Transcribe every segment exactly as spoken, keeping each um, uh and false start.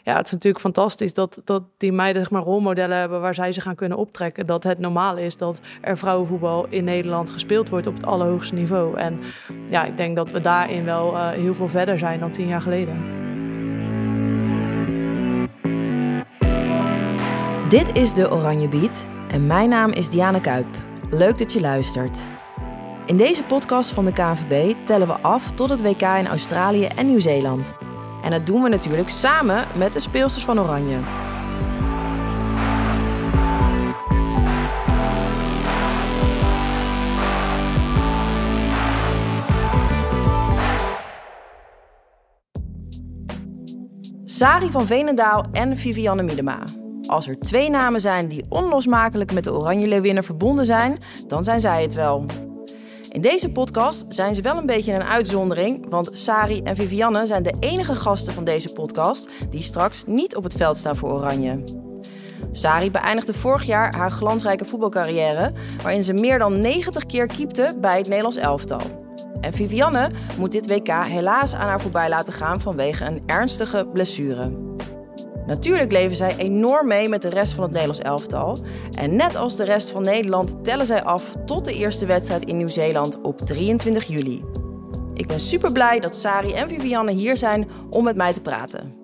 Ja, het is natuurlijk fantastisch dat, dat die meiden zeg maar, rolmodellen hebben waar zij zich aan kunnen optrekken. Dat het normaal is dat er vrouwenvoetbal in Nederland gespeeld wordt op het allerhoogste niveau. En ja, ik denk dat we daarin wel uh, heel veel verder zijn dan tien jaar geleden. Dit is de Oranje Beat en mijn naam is Diana Kuip. Leuk dat je luistert. In deze podcast van de K N V B tellen we af tot het W K in Australië en Nieuw-Zeeland. En dat doen we natuurlijk samen met de speelsters van Oranje. Sari van Veenendaal en Vivianne Miedema. Als er twee namen zijn die onlosmakelijk met de Oranje Leeuwinnen verbonden zijn, dan zijn zij het wel. In deze podcast zijn ze wel een beetje een uitzondering, want Sari en Vivianne zijn de enige gasten van deze podcast die straks niet op het veld staan voor Oranje. Sari beëindigde vorig jaar haar glansrijke voetbalcarrière, waarin ze meer dan negentig keer keepte bij het Nederlands elftal. En Vivianne moet dit W K helaas aan haar voorbij laten gaan vanwege een ernstige blessure. Natuurlijk leven zij enorm mee met de rest van het Nederlands elftal. En net als de rest van Nederland tellen zij af tot de eerste wedstrijd in Nieuw-Zeeland op drieëntwintig juli. Ik ben super blij dat Sari en Vivianne hier zijn om met mij te praten.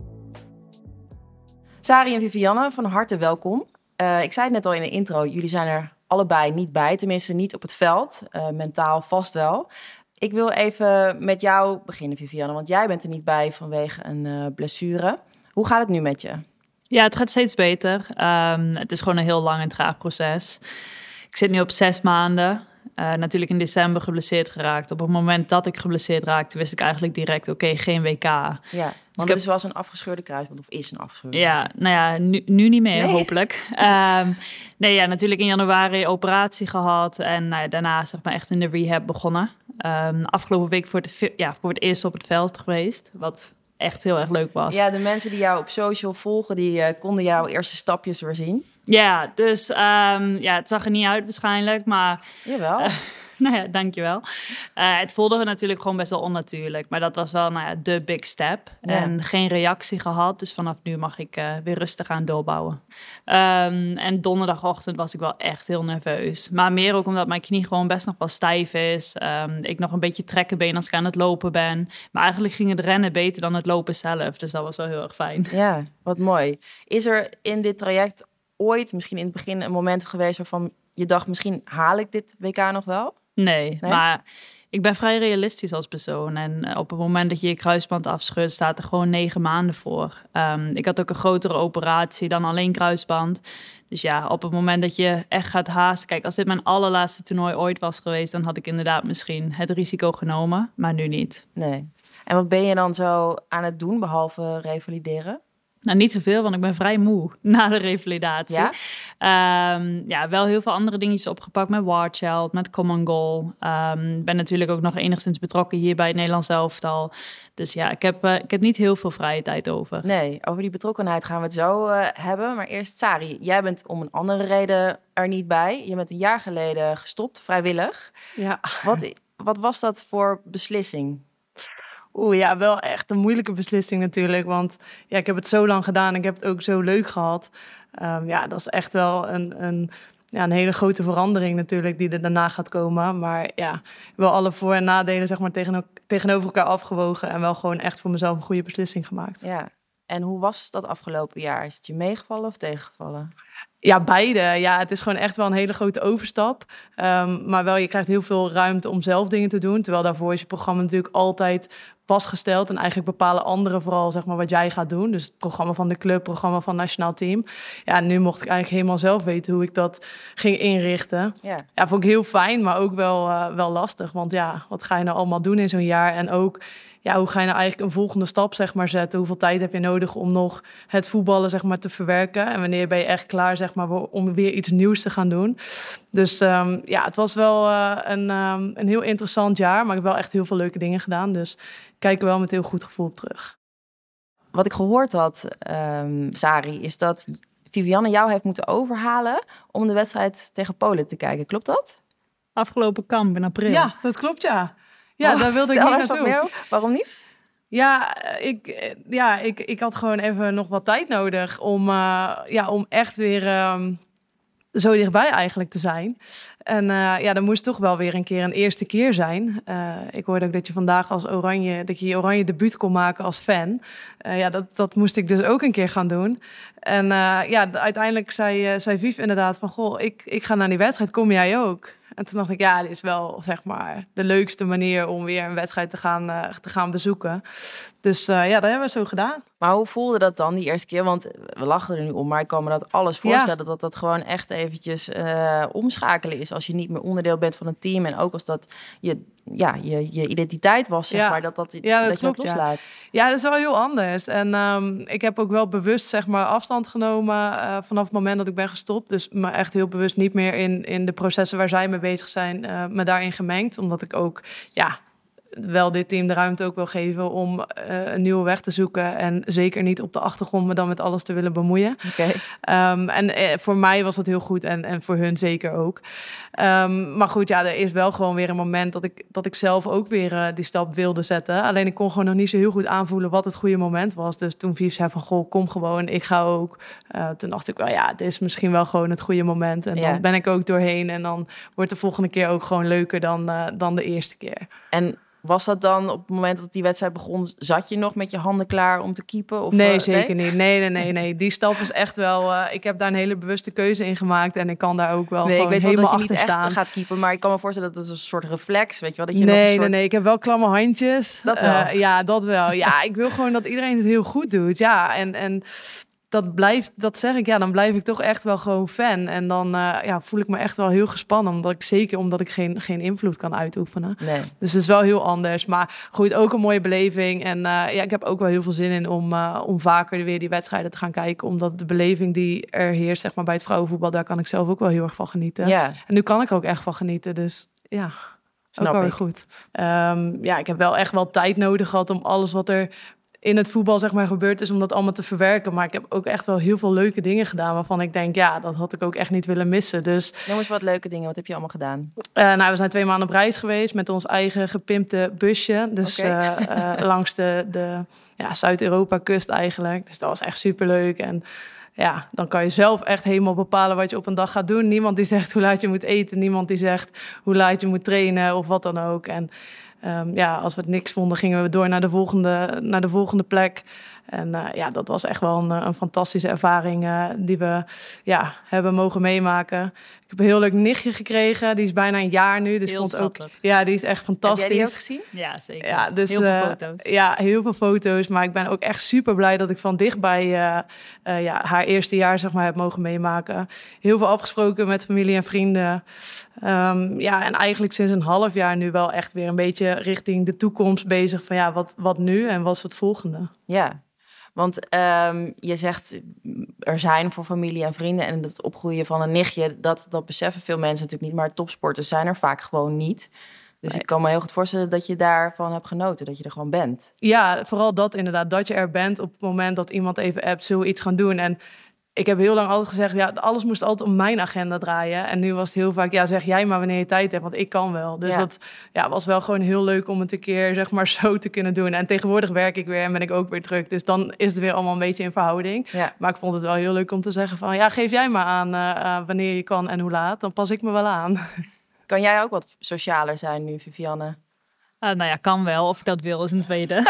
Sari en Vivianne, van harte welkom. Uh, ik zei het net al in de intro, jullie zijn er allebei niet bij. Tenminste niet op het veld, uh, mentaal vast wel. Ik wil even met jou beginnen, Vivianne, want jij bent er niet bij vanwege een uh, blessure. Hoe gaat het nu met je? Ja, het gaat steeds beter. Um, het is gewoon een heel lang en traag proces. Ik zit nu op zes maanden. Uh, natuurlijk in december geblesseerd geraakt. Op het moment dat ik geblesseerd raakte, wist ik eigenlijk direct, oké, okay, geen W K. Ja, want dus het heb... is wel eens een afgescheurde kruisband, of is een afgescheurde Ja, nou ja, nu, nu niet meer, nee. hopelijk. um, nee, ja, natuurlijk in januari operatie gehad. En nou ja, daarna zeg maar echt in de rehab begonnen. Um, afgelopen week voor het, ja, voor het eerst op het veld geweest, wat echt heel erg leuk was. Ja, de mensen die jou op social volgen, die uh, konden jouw eerste stapjes weer zien. Ja, dus um, ja, het zag er niet uit waarschijnlijk, maar... Jawel. Uh, nou ja, dankjewel. Uh, het voelde natuurlijk gewoon best wel onnatuurlijk. Maar dat was wel nou ja, de big step. Ja. En geen reactie gehad. Dus vanaf nu mag ik uh, weer rustig aan doorbouwen. Um, en donderdagochtend was ik wel echt heel nerveus. Maar meer ook omdat mijn knie gewoon best nog wel stijf is. Um, ik nog een beetje trekkenbeen als ik aan het lopen ben. Maar eigenlijk ging het rennen beter dan het lopen zelf. Dus dat was wel heel erg fijn. Ja, wat mooi. Is er in dit traject ooit, misschien in het begin, een moment geweest waarvan je dacht, misschien haal ik dit W K nog wel? Nee, nee, maar ik ben vrij realistisch als persoon. En op het moment dat je je kruisband afscheurt, staat er gewoon negen maanden voor. Um, ik had ook een grotere operatie dan alleen kruisband. Dus ja, op het moment dat je echt gaat haasten... Kijk, als dit mijn allerlaatste toernooi ooit was geweest, dan had ik inderdaad misschien het risico genomen. Maar nu niet. Nee. En wat ben je dan zo aan het doen, behalve revalideren? Nou, niet zoveel, want ik ben vrij moe na de revalidatie. Ja? Um, ja, wel heel veel andere dingetjes opgepakt met War Child, met Common Goal. Um, ben natuurlijk ook nog enigszins betrokken hier bij het Nederlands elftal. Dus ja, ik heb, uh, ik heb niet heel veel vrije tijd over. Nee, over die betrokkenheid gaan we het zo uh, hebben. Maar eerst, Sari, jij bent om een andere reden er niet bij. Je bent een jaar geleden gestopt, vrijwillig. Ja. Wat, wat was dat voor beslissing? Oeh, ja, wel echt een moeilijke beslissing natuurlijk. Want ja, ik heb het zo lang gedaan en ik heb het ook zo leuk gehad. Um, ja, dat is echt wel een, een, ja, een hele grote verandering natuurlijk die er daarna gaat komen. Maar ja, wel alle voor- en nadelen zeg maar tegen, tegenover elkaar afgewogen. En wel gewoon echt voor mezelf een goede beslissing gemaakt. Ja, en hoe was dat afgelopen jaar? Is het je meegevallen of tegengevallen? Ja, beide. Ja, het is gewoon echt wel een hele grote overstap. Um, maar wel, je krijgt heel veel ruimte om zelf dingen te doen. Terwijl daarvoor is je programma natuurlijk altijd vastgesteld. En eigenlijk bepalen anderen vooral zeg maar, wat jij gaat doen. Dus het programma van de club, het programma van het nationaal team. Ja, nu mocht ik eigenlijk helemaal zelf weten hoe ik dat ging inrichten. Ja, ja vond ik heel fijn, maar ook wel, uh, wel lastig. Want ja, wat ga je nou allemaal doen in zo'n jaar? En ook... Ja, hoe ga je nou eigenlijk een volgende stap zeg maar, zetten? Hoeveel tijd heb je nodig om nog het voetballen zeg maar, te verwerken? En wanneer ben je echt klaar zeg maar, om weer iets nieuws te gaan doen? Dus um, ja, het was wel uh, een, um, een heel interessant jaar. Maar ik heb wel echt heel veel leuke dingen gedaan. Dus ik kijk er wel met heel goed gevoel op terug. Wat ik gehoord had, um, Sari, is dat Vivianne jou heeft moeten overhalen om de wedstrijd tegen Polen te kijken. Klopt dat? Afgelopen kamp in april. Ja, dat klopt ja. Ja, oh, daar wilde ik niet naartoe. Waarom niet? Ja, ik, ja ik, ik had gewoon even nog wat tijd nodig om, uh, ja, om echt weer um, zo dichtbij eigenlijk te zijn. En uh, ja, dan moest toch wel weer een keer een eerste keer zijn. Uh, ik hoorde ook dat je vandaag als Oranje, dat je je Oranje debuut kon maken als fan. Uh, ja, dat, dat moest ik dus ook een keer gaan doen. En uh, ja, uiteindelijk zei, uh, zei Viv inderdaad van, goh, ik, ik ga naar die wedstrijd, kom jij ook? En toen dacht ik, ja, dit is wel zeg maar de leukste manier om weer een wedstrijd te gaan, uh, te gaan bezoeken. Dus uh, ja, dat hebben we zo gedaan. Maar hoe voelde dat dan die eerste keer? Want we lachen er nu om, maar ik kan me dat alles voorstellen... Ja. dat dat gewoon echt eventjes uh, omschakelen is... als je niet meer onderdeel bent van een team... en ook als dat je, ja, je, je identiteit was, zeg ja. maar, dat, dat, ja, dat, dat klopt, je dat loslaat. Ja. ja, dat is wel heel anders. En um, ik heb ook wel bewust zeg maar, afstand genomen uh, vanaf het moment dat ik ben gestopt. Dus me echt heel bewust niet meer in, in de processen waar zij mee bezig zijn... Uh, me daarin gemengd, omdat ik ook... ja. wel dit team de ruimte ook wil geven om uh, een nieuwe weg te zoeken. En zeker niet op de achtergrond me dan met alles te willen bemoeien. Okay. Um, en uh, voor mij was dat heel goed en, en voor hun zeker ook. Um, maar goed, ja, er is wel gewoon weer een moment dat ik, dat ik zelf ook weer uh, die stap wilde zetten. Alleen ik kon gewoon nog niet zo heel goed aanvoelen wat het goede moment was. Dus toen Vief zei van, goh, kom gewoon, ik ga ook. Uh, toen dacht ik wel, ja, dit is misschien wel gewoon het goede moment. En yeah. dan ben ik ook doorheen. En dan wordt de volgende keer ook gewoon leuker dan, uh, dan de eerste keer. En was dat dan op het moment dat die wedstrijd begon... zat je nog met je handen klaar om te keepen? Of, nee, uh, zeker nee? niet. Nee, nee, nee, nee. Die stap is echt wel... Uh, ik heb daar een hele bewuste keuze in gemaakt... en ik kan daar ook wel nee, gewoon ik weet helemaal wel dat je niet staan. echt gaat keepen... maar ik kan me voorstellen dat het een soort reflex... weet je wel, dat je nee, nog een soort... nee, nee. Ik heb wel klamme handjes. Dat wel? Uh, ja, dat wel. Ja, ik wil gewoon dat iedereen het heel goed doet. Ja, en... en dat blijft, dat zeg ik, ja, dan blijf ik toch echt wel gewoon fan. En dan uh, ja, voel ik me echt wel heel gespannen. Omdat ik zeker omdat ik geen, geen invloed kan uitoefenen. Nee. Dus het is wel heel anders. Maar goed, ook een mooie beleving. En uh, ja, ik heb ook wel heel veel zin in om, uh, om vaker weer die wedstrijden te gaan kijken. Omdat de beleving die er heerst, zeg maar, bij het vrouwenvoetbal, daar kan ik zelf ook wel heel erg van genieten. Ja. En nu kan ik er ook echt van genieten. Dus ja, snap ook wel ik. weer goed. Um, ja, ik heb wel echt wel tijd nodig gehad om alles wat er in het voetbal zeg maar gebeurd is om dat allemaal te verwerken. Maar ik heb ook echt wel heel veel leuke dingen gedaan waarvan ik denk, ja, dat had ik ook echt niet willen missen. Dus noem eens wat leuke dingen. Wat heb je allemaal gedaan? Uh, nou, we zijn twee maanden op reis geweest met ons eigen gepimpte busje. Dus okay. uh, uh, langs de, de ja, Zuid-Europa-kust eigenlijk. Dus dat was echt superleuk. En ja, dan kan je zelf echt helemaal bepalen wat je op een dag gaat doen. Niemand die zegt hoe laat je moet eten. Niemand die zegt hoe laat je moet trainen of wat dan ook. En Um, ja, als we het niks vonden, gingen we door naar de volgende, naar de volgende plek. En uh, ja, dat was echt wel een, een fantastische ervaring uh, die we ja, hebben mogen meemaken. Ik heb een heel leuk nichtje gekregen. Die is bijna een jaar nu. Dus heel vond ook, schattig. Ja, die is echt fantastisch. Heb jij die ook gezien? Ja, zeker. Ja, dus, heel veel uh, foto's. Ja, heel veel foto's. Maar ik ben ook echt super blij dat ik van dichtbij uh, uh, ja, haar eerste jaar zeg maar, heb mogen meemaken. Heel veel afgesproken met familie en vrienden. Um, ja, en eigenlijk sinds een half jaar nu wel echt weer een beetje richting de toekomst bezig. Van ja, wat, wat nu en wat is het volgende? Ja. Want um, je zegt, er zijn voor familie en vrienden en het opgroeien van een nichtje, dat, dat beseffen veel mensen natuurlijk niet, maar topsporters zijn er vaak gewoon niet. Dus nee. Ik kan me heel goed voorstellen dat je daarvan hebt genoten, dat je er gewoon bent. Ja, vooral dat inderdaad, dat je er bent op het moment dat iemand even appt, zullen we iets gaan doen. En ik heb heel lang altijd gezegd, ja, alles moest altijd om mijn agenda draaien. En nu was het heel vaak, ja, zeg jij maar wanneer je tijd hebt, want ik kan wel. Dus ja. dat ja, was wel gewoon heel leuk om het een keer, zeg maar, zo te kunnen doen. En tegenwoordig werk ik weer en ben ik ook weer druk. Dus dan is het weer allemaal een beetje in verhouding. Ja. Maar ik vond het wel heel leuk om te zeggen van, ja, geef jij maar aan uh, uh, wanneer je kan en hoe laat. Dan pas ik me wel aan. Kan jij ook wat socialer zijn nu, Vivianne? Uh, nou ja, kan wel. Of ik dat wil, is een tweede.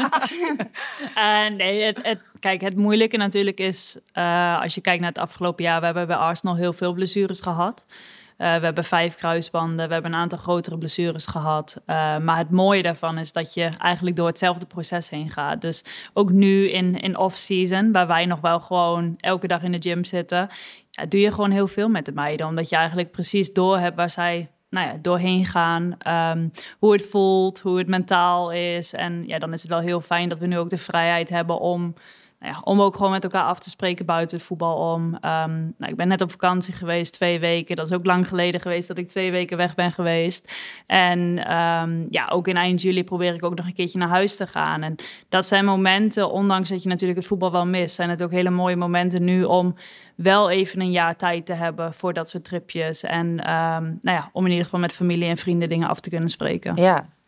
uh, nee, het, het, kijk, het moeilijke natuurlijk is... Uh, als je kijkt naar het afgelopen jaar... we hebben bij Arsenal heel veel blessures gehad. Uh, we hebben vijf kruisbanden. We hebben een aantal grotere blessures gehad. Uh, maar het mooie daarvan is dat je eigenlijk door hetzelfde proces heen gaat. Dus ook nu in, in off-season... waar wij nog wel gewoon elke dag in de gym zitten... Ja, doe je gewoon heel veel met de meiden. Omdat je eigenlijk precies door hebt waar zij... nou ja, doorheen gaan, um, hoe het voelt, hoe het mentaal is. En ja, dan is het wel heel fijn dat we nu ook de vrijheid hebben om, nou ja, om ook gewoon met elkaar af te spreken buiten het voetbal om. Um, nou, ik ben net op vakantie geweest, twee weken. Dat is ook lang geleden geweest dat ik twee weken weg ben geweest. En um, ja, ook in eind juli probeer ik ook nog een keertje naar huis te gaan. En dat zijn momenten, ondanks dat je natuurlijk het voetbal wel mist, zijn het ook hele mooie momenten nu om wel even een jaar tijd te hebben voor dat soort tripjes. En um, nou ja, om in ieder geval met familie en vrienden dingen af te kunnen spreken. Ja,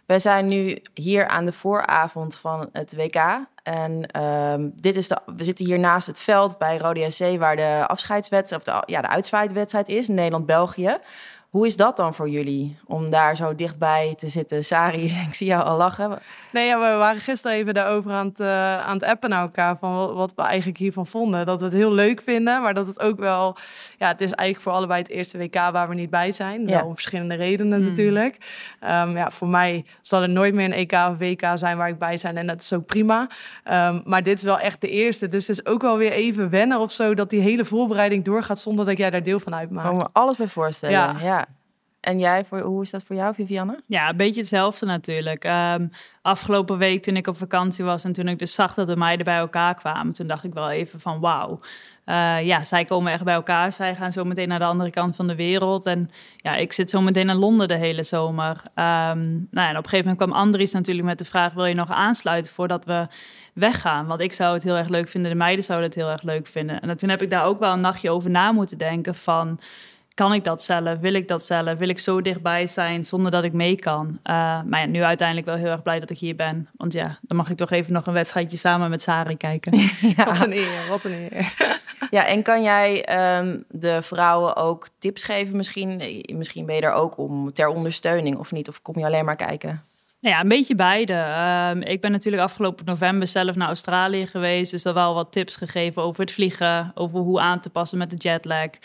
Wij zijn nu hier aan de vooravond van het W K. En um, dit is de, we zitten hier naast het veld bij Rode S C... waar de afscheidswedstrijd, of de, ja, de uitzwaaiwedstrijd is, Nederland-België. Hoe is dat dan voor jullie, om daar zo dichtbij te zitten? Sari, ik zie jou al lachen. Nee, ja, we waren gisteren even daarover aan het, uh, aan het appen naar elkaar... van wat, wat we eigenlijk hiervan vonden. Dat we het heel leuk vinden, maar dat het ook wel... Ja, het is eigenlijk voor allebei het eerste W K waar we niet bij zijn. Ja. Wel om verschillende redenen mm. natuurlijk. Um, ja, voor mij zal er nooit meer een E K of W K zijn waar ik bij zijn. En dat is ook prima. Um, maar dit is wel echt de eerste. Dus het is ook wel weer even wennen of zo... dat die hele voorbereiding doorgaat zonder dat jij daar deel van uitmaakt. Kan me alles bij voorstellen, ja. ja. En jij, voor, hoe is dat voor jou, Vivianne? Ja, een beetje hetzelfde natuurlijk. Um, afgelopen week toen ik op vakantie was en toen ik dus zag dat de meiden bij elkaar kwamen... toen dacht ik wel even van wauw. Uh, ja, zij komen echt bij elkaar. Zij gaan zo meteen naar de andere kant van de wereld. En ja, ik zit zo meteen in Londen de hele zomer. Um, nou ja, en op een gegeven moment kwam Andries natuurlijk met de vraag... wil je nog aansluiten voordat we weggaan? Want ik zou het heel erg leuk vinden. De meiden zouden het heel erg leuk vinden. En toen heb ik daar ook wel een nachtje over na moeten denken van... kan ik dat zelf? Wil ik dat zelf? Wil ik zo dichtbij zijn zonder dat ik mee kan? Uh, maar ja, nu uiteindelijk wel heel erg blij dat ik hier ben. Want ja, dan mag ik toch even nog een wedstrijdje samen met Sari kijken. Ja. Wat een eer, wat een eer. Ja, en kan jij um, de vrouwen ook tips geven misschien? Misschien ben je er ook om ter ondersteuning of niet? Of kom je alleen maar kijken? Nou ja, een beetje beide. Um, ik ben natuurlijk afgelopen november zelf naar Australië geweest. Dus er wel wat tips gegeven over het vliegen. Over hoe aan te passen met de jetlag. Um,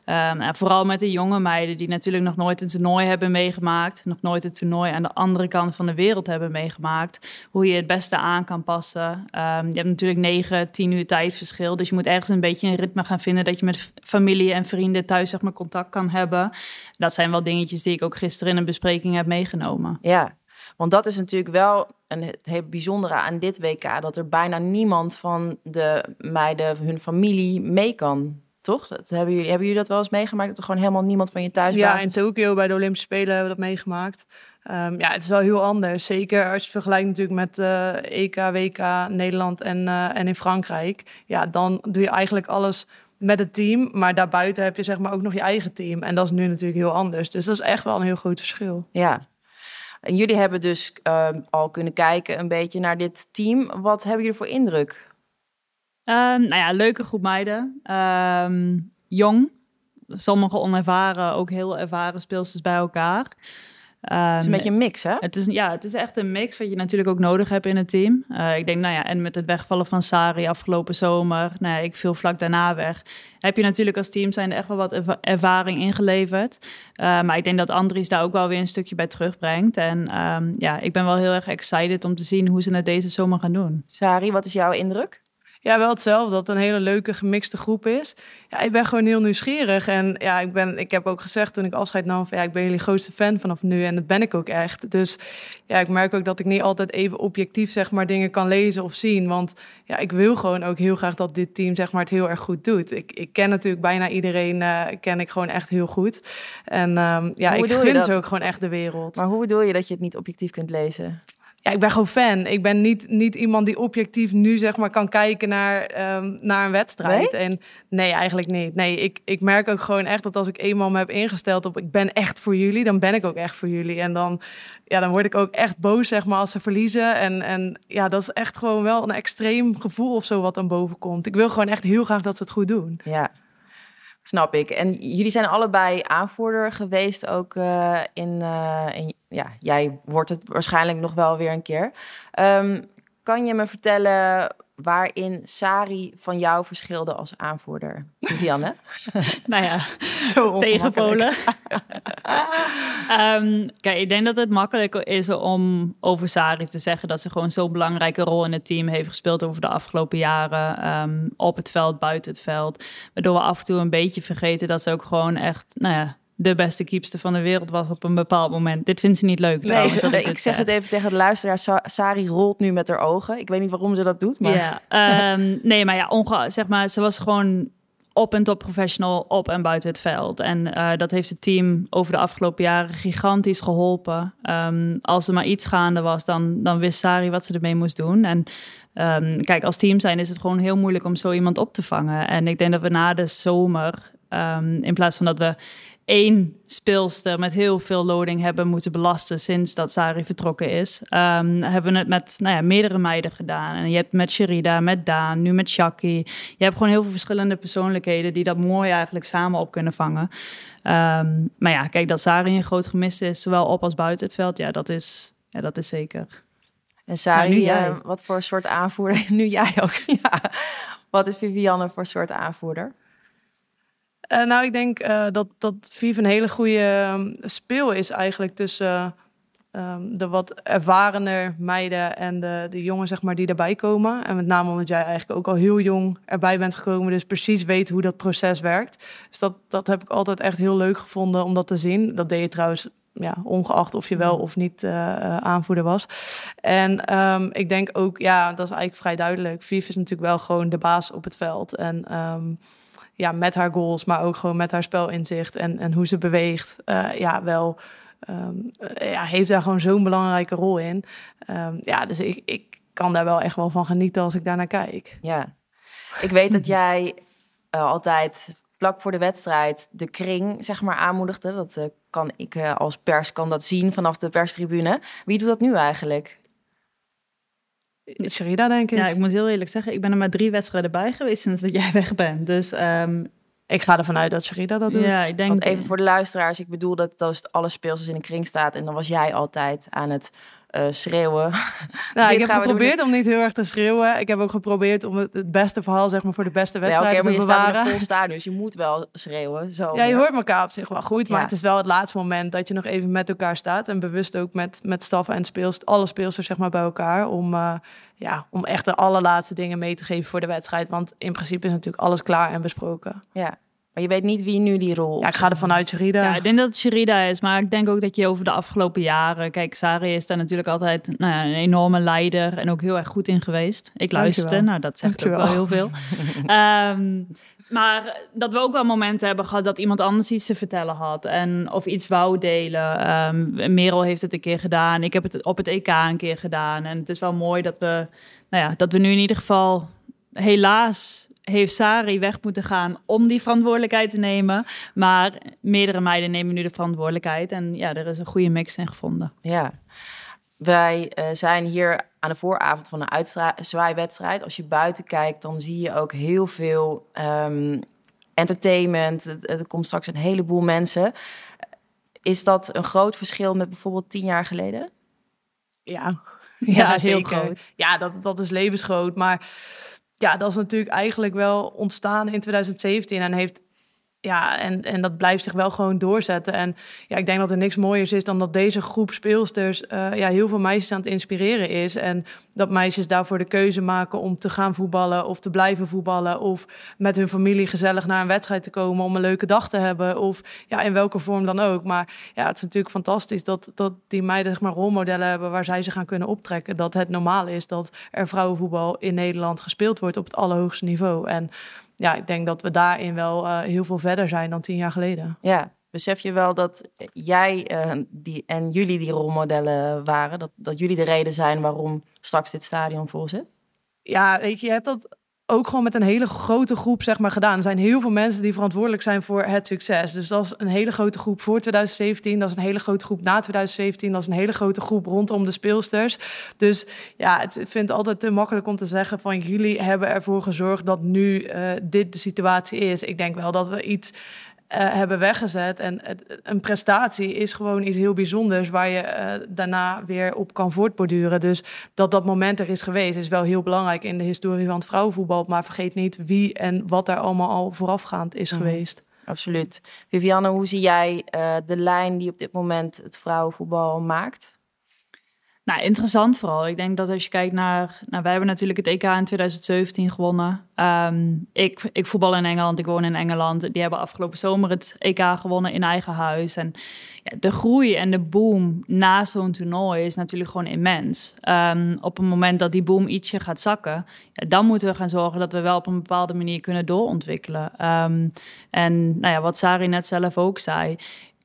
en vooral met de jonge meiden die natuurlijk nog nooit een toernooi hebben meegemaakt. Nog nooit een toernooi aan de andere kant van de wereld hebben meegemaakt. Hoe je het beste aan kan passen. Um, je hebt natuurlijk negen, tien uur tijdverschil. Dus je moet ergens een beetje een ritme gaan vinden. Dat je met familie en vrienden thuis zeg maar contact kan hebben. Dat zijn wel dingetjes die ik ook gisteren in een bespreking heb meegenomen. Ja. Want dat is natuurlijk wel een, het hele bijzondere aan dit W K... dat er bijna niemand van de meiden, hun familie, mee kan. Toch? Dat hebben, jullie, hebben jullie dat wel eens meegemaakt? Dat er gewoon helemaal niemand van je thuisbasis... Ja, in Tokio bij de Olympische Spelen hebben we dat meegemaakt. Um, ja, het is wel heel anders. Zeker als je vergelijkt natuurlijk met uh, E K, W K, Nederland en, uh, en in Frankrijk. Ja, dan doe je eigenlijk alles met het team. Maar daarbuiten heb je zeg maar ook nog je eigen team. En dat is nu natuurlijk heel anders. Dus dat is echt wel een heel groot verschil. Ja. En jullie hebben dus uh, al kunnen kijken een beetje naar dit team. Wat hebben jullie voor indruk? Um, nou ja, leuke groep meiden. Um, jong. Sommige onervaren, ook heel ervaren speelsters bij elkaar. Um, het is een beetje een mix, hè? Het is, ja, het is echt een mix wat je natuurlijk ook nodig hebt in het team. Uh, ik denk, nou ja, en met het wegvallen van Sari afgelopen zomer... Nou ja, ik viel vlak daarna weg... heb je natuurlijk als team zijn echt wel wat erva- ervaring ingeleverd. Uh, maar ik denk dat Andries daar ook wel weer een stukje bij terugbrengt. En um, ja, ik ben wel heel erg excited om te zien hoe ze het deze zomer gaan doen. Sari, wat is jouw indruk? Ja, wel hetzelfde. Dat het een hele leuke gemixte groep is. Ja, ik ben gewoon heel nieuwsgierig. En ja, ik, ben, ik heb ook gezegd toen ik afscheid nam... van ja, ik ben jullie grootste fan vanaf nu. En dat ben ik ook echt. Dus ja, ik merk ook dat ik niet altijd even objectief zeg maar dingen kan lezen of zien. Want ja, ik wil gewoon ook heel graag dat dit team zeg maar het heel erg goed doet. Ik, ik ken natuurlijk bijna iedereen, uh, ken ik gewoon echt heel goed. En um, ja, ik gun ze ook gewoon echt de wereld. Maar hoe bedoel je dat je het niet objectief kunt lezen? Ja, ik ben gewoon fan. Ik ben niet, niet iemand die objectief nu zeg maar kan kijken naar, um, naar een wedstrijd. Nee? En nee, eigenlijk niet. Nee, ik, ik merk ook gewoon echt dat als ik eenmaal me heb ingesteld op ik ben echt voor jullie, dan ben ik ook echt voor jullie. En dan, ja, dan word ik ook echt boos zeg maar als ze verliezen. En, en ja, dat is echt gewoon wel een extreem gevoel of zo wat dan boven komt. Ik wil gewoon echt heel graag dat ze het goed doen. Ja. Snap ik. En jullie zijn allebei aanvoerder geweest ook uh, in, uh, in... Ja, jij wordt het waarschijnlijk nog wel weer een keer. Um, kan je me vertellen waarin Sari van jou verschilde als aanvoerder? Vivianne? Nou ja, zo tegenpolen. um, kijk, ik denk dat het makkelijker is om over Sari te zeggen dat ze gewoon zo'n belangrijke rol in het team heeft gespeeld over de afgelopen jaren. Um, op het veld, buiten het veld. Waardoor we af en toe een beetje vergeten dat ze ook gewoon echt, nou ja, de beste keepster van de wereld was op een bepaald moment. Dit vindt ze niet leuk. Nee, trouwens, ze, dat ik, ik zeg het even tegen de luisteraar. Sa- Sari rolt nu met haar ogen. Ik weet niet waarom ze dat doet. Maar... Ja, um, nee, maar ja, onge- zeg maar, ze was gewoon op en top professional op en buiten het veld. En uh, dat heeft het team over de afgelopen jaren gigantisch geholpen. Um, als er maar iets gaande was, dan, dan wist Sari wat ze ermee moest doen. En um, kijk, als team zijn is het gewoon heel moeilijk om zo iemand op te vangen. En ik denk dat we na de zomer, um, in plaats van dat we één speelster met heel veel loading hebben moeten belasten sinds dat Sari vertrokken is. Um, hebben we het met nou ja, meerdere meiden gedaan. En je hebt met Sherida, met Daan, nu met Shaki. Je hebt gewoon heel veel verschillende persoonlijkheden die dat mooi eigenlijk samen op kunnen vangen. Um, maar ja, kijk, dat Sari een groot gemis is, zowel op als buiten het veld, ja, dat is, ja, dat is zeker. En Sari, ja, uh, wat voor soort aanvoerder? Nu jij ook, ja. Wat is Vivianne voor soort aanvoerder? Uh, nou, ik denk uh, dat, dat Viv een hele goede um, speel is eigenlijk tussen uh, um, de wat ervarener meiden en de, de jongen, zeg maar, die erbij komen. En met name omdat jij eigenlijk ook al heel jong erbij bent gekomen, dus precies weet hoe dat proces werkt. Dus dat, dat heb ik altijd echt heel leuk gevonden om dat te zien. Dat deed je trouwens, ja, ongeacht of je wel of niet uh, uh, aanvoerder was. En um, ik denk ook, ja, dat is eigenlijk vrij duidelijk. Viv is natuurlijk wel gewoon de baas op het veld. En um, ja, met haar goals, maar ook gewoon met haar spelinzicht en, en hoe ze beweegt, uh, ja, wel um, uh, ja, heeft daar gewoon zo'n belangrijke rol in. Um, ja, dus ik, ik kan daar wel echt wel van genieten als ik daar naar kijk. Ja, ik weet dat jij uh, altijd vlak voor de wedstrijd de kring, zeg maar, aanmoedigde. Dat uh, kan ik uh, als pers kan dat zien vanaf de perstribune. Wie doet dat nu eigenlijk? Sherida, denk ik. Ja, ik moet heel eerlijk zeggen, ik ben er maar drie wedstrijden bij geweest sinds dat jij weg bent. Dus um, ik ga ervan uit dat Sherida dat doet. Ja, ik denk. Want even voor de luisteraars, ik bedoel dat als alle speelsters in een kring staat en dan was jij altijd aan het uh, schreeuwen. Nou, ik heb geprobeerd om niet heel erg te schreeuwen. Ik heb ook geprobeerd om het, het beste verhaal, zeg maar, voor de beste wedstrijd ja, okay, te bewaren. Maar je staat in een vol stadion, dus je moet wel schreeuwen. Zo, ja, je hoort elkaar op zich wel goed, maar ja. Het is wel het laatste moment dat je nog even met elkaar staat en bewust ook met, met staf en speelsters, alle speelsters, zeg maar, bij elkaar om uh, ja, om echt de allerlaatste dingen mee te geven voor de wedstrijd. Want in principe is natuurlijk alles klaar en besproken. Ja. Maar je weet niet wie nu die rol... Ja, ik ga er vanuit Sherida. Ja, ik denk dat het Sherida is. Maar ik denk ook dat je over de afgelopen jaren... Kijk, Sari is daar natuurlijk altijd nou ja, een enorme leider... en ook heel erg goed in geweest. Ik luister, nou dat zegt Dankjewel. Ook wel heel veel. um, maar dat we ook wel momenten hebben gehad... dat iemand anders iets te vertellen had. En, of iets wou delen. Um, Merel heeft het een keer gedaan. Ik heb het op het E K een keer gedaan. En het is wel mooi dat we... Nou ja, dat we nu in ieder geval... Helaas heeft Sari weg moeten gaan om die verantwoordelijkheid te nemen. Maar meerdere meiden nemen nu de verantwoordelijkheid. En ja, er is een goede mix in gevonden. Ja, wij uh, zijn hier aan de vooravond van een uitzwaaiwedstrijd. Als je buiten kijkt, dan zie je ook heel veel um, entertainment. Er komt straks een heleboel mensen. Is dat een groot verschil met bijvoorbeeld tien jaar geleden? Ja, ja, ja heel zeker. Groot. Ja, dat, dat is levensgroot, maar... Ja, dat is natuurlijk eigenlijk wel ontstaan in twintig zeventien en heeft ja, en, en dat blijft zich wel gewoon doorzetten. En ja, ik denk dat er niks mooiers is dan dat deze groep speelsters uh, ja, heel veel meisjes aan het inspireren is. En dat meisjes daarvoor de keuze maken om te gaan voetballen of te blijven voetballen. Of met hun familie gezellig naar een wedstrijd te komen om een leuke dag te hebben. Of ja, in welke vorm dan ook. Maar ja, het is natuurlijk fantastisch dat, dat die meiden, zeg maar, rolmodellen hebben waar zij zich aan kunnen optrekken. Dat het normaal is dat er vrouwenvoetbal in Nederland gespeeld wordt op het allerhoogste niveau. En ja, ik denk dat we daarin wel uh, heel veel verder zijn dan tien jaar geleden. Ja, besef je wel dat jij uh, die, en jullie die rolmodellen waren? Dat, dat jullie de reden zijn waarom straks dit stadion vol zit? Ja, weet je, je hebt dat ook gewoon met een hele grote groep, zeg maar, gedaan. Er zijn heel veel mensen die verantwoordelijk zijn voor het succes. Dus dat is een hele grote groep voor twintig zeventien. Dat is een hele grote groep na twintig zeventien. Dat is een hele grote groep rondom de speelsters. Dus ja, het, ik vind het altijd te makkelijk om te zeggen van jullie hebben ervoor gezorgd dat nu uh, dit de situatie is. Ik denk wel dat we iets Uh, hebben weggezet. En uh, een prestatie is gewoon iets heel bijzonders waar je uh, daarna weer op kan voortborduren. Dus dat dat moment er is geweest is wel heel belangrijk in de historie van het vrouwenvoetbal. Maar vergeet niet wie en wat daar allemaal al voorafgaand is mm, geweest. Absoluut. Vivianne, hoe zie jij uh, de lijn die op dit moment het vrouwenvoetbal maakt? Nou, interessant vooral. Ik denk dat als je kijkt naar... Nou, wij hebben natuurlijk het E K in twintig zeventien gewonnen. Um, ik, ik voetbal in Engeland, ik woon in Engeland. Die hebben afgelopen zomer het E K gewonnen in eigen huis. En ja, de groei en de boom na zo'n toernooi is natuurlijk gewoon immens. Um, op het moment dat die boom ietsje gaat zakken... Ja, dan moeten we gaan zorgen dat we wel op een bepaalde manier kunnen doorontwikkelen. Um, en nou ja, wat Sari net zelf ook zei...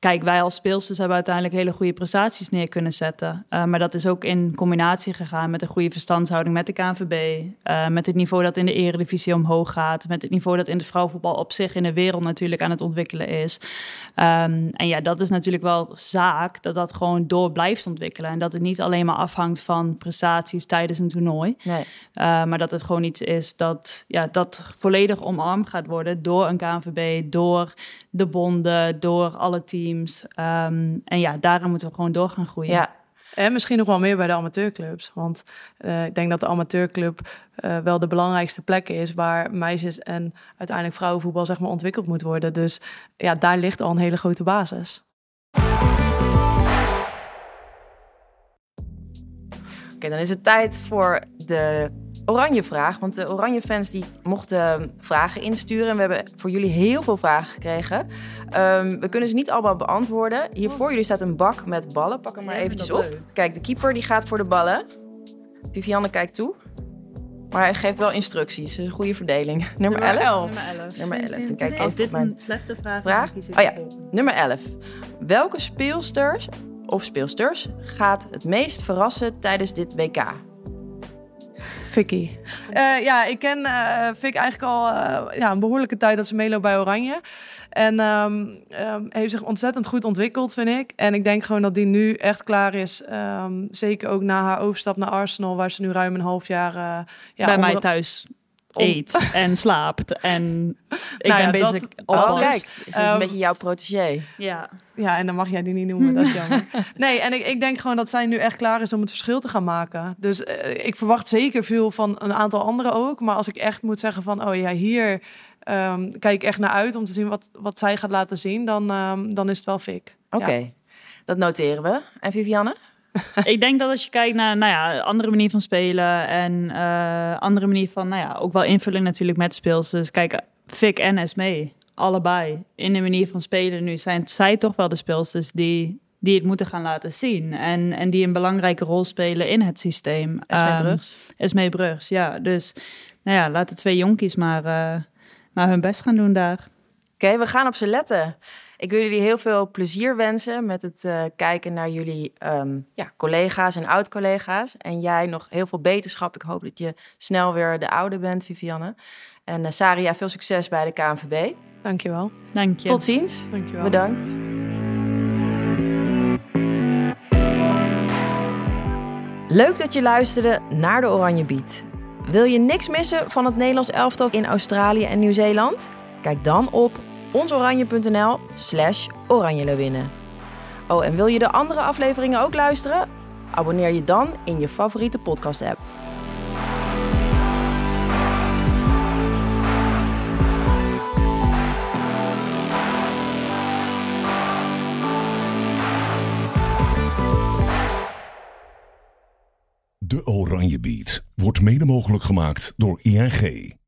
kijk, wij als speelsters hebben uiteindelijk hele goede prestaties neer kunnen zetten. Uh, maar dat is ook in combinatie gegaan met een goede verstandshouding met de K N V B. Uh, met het niveau dat in de eredivisie omhoog gaat. Met het niveau dat in de vrouwenvoetbal op zich in de wereld natuurlijk aan het ontwikkelen is. Um, en ja, dat is natuurlijk wel zaak dat dat gewoon door blijft ontwikkelen. En dat het niet alleen maar afhangt van prestaties tijdens een toernooi. Nee. Uh, maar dat het gewoon iets is dat, ja, dat volledig omarmd gaat worden door een K N V B, door de bonden, door alle teams. Um, en ja, daarin moeten we gewoon door gaan groeien. Ja. En misschien nog wel meer bij de amateurclubs. Want uh, ik denk dat de amateurclub uh, wel de belangrijkste plek is waar meisjes en uiteindelijk vrouwenvoetbal zeg maar ontwikkeld moet worden. Dus ja, daar ligt al een hele grote basis. Oké, dan is het tijd voor de oranje vraag. Want de oranje fans die mochten vragen insturen. En we hebben voor jullie heel veel vragen gekregen. Um, we kunnen ze niet allemaal beantwoorden. Hier voor jullie staat een bak met ballen. Pak hem maar eventjes op. Kijk, de keeper die gaat voor de ballen. Vivianne kijkt toe. Maar hij geeft wel instructies. Dat is een goede verdeling. Nummer elf. Nummer elf. Kijk, als dit een slechte vraag, vraag? is. Oh ja, nummer elf. Welke speelsters of speelsters gaat het meest verrassen tijdens dit W K? Vicky. Uh, ja, ik ken uh, Vic eigenlijk al uh, ja, een behoorlijke tijd dat ze meeloopt bij Oranje. En um, um, heeft zich ontzettend goed ontwikkeld, vind ik. En ik denk gewoon dat die nu echt klaar is. Um, zeker ook na haar overstap naar Arsenal, waar ze nu ruim een half jaar... Uh, ja, bij mij thuis eet om... en slaapt. En ik nou ben ja, bezig op oh, kijk, is um, een beetje jouw protégé. Ja. Ja, en dan mag jij die niet noemen, dat is jammer. Nee, en ik, ik denk gewoon dat zij nu echt klaar is om het verschil te gaan maken. Dus uh, ik verwacht zeker veel van een aantal anderen ook. Maar als ik echt moet zeggen van, oh ja, hier um, kijk ik echt naar uit om te zien wat, wat zij gaat laten zien, dan, um, dan is het wel Vic. Oké, okay. Ja. Dat noteren we. En Vivianne? Ik denk dat als je kijkt naar nou ja, andere manier van spelen en uh, andere manier van, nou ja, ook wel invulling natuurlijk met speelsters. Kijk, Vic en Esmee, allebei in de manier van spelen nu zijn zij toch wel de speelsters die, die het moeten gaan laten zien. En, en die een belangrijke rol spelen in het systeem. Esmee Brugs. Um, Esmee Brugs, ja. Dus nou ja, laat de twee jonkies maar, uh, maar hun best gaan doen daar. Oké, okay, we gaan op ze letten. Ik wil jullie heel veel plezier wensen met het uh, kijken naar jullie um, ja, collega's en oud-collega's. En jij nog heel veel beterschap. Ik hoop dat je snel weer de oude bent, Vivianne. En uh, Saria, veel succes bij de K N V B. Dankjewel. Dank je. Tot ziens. Dankjewel. Bedankt. Leuk dat je luisterde naar de Oranje Beat. Wil je niks missen van het Nederlands elftal in Australië en Nieuw-Zeeland? Kijk dan op onsoranje.nl slash oranjelewinnen. Oh, en wil je de andere afleveringen ook luisteren? Abonneer je dan in je favoriete podcast-app. De Oranje Beat wordt mede mogelijk gemaakt door I N G.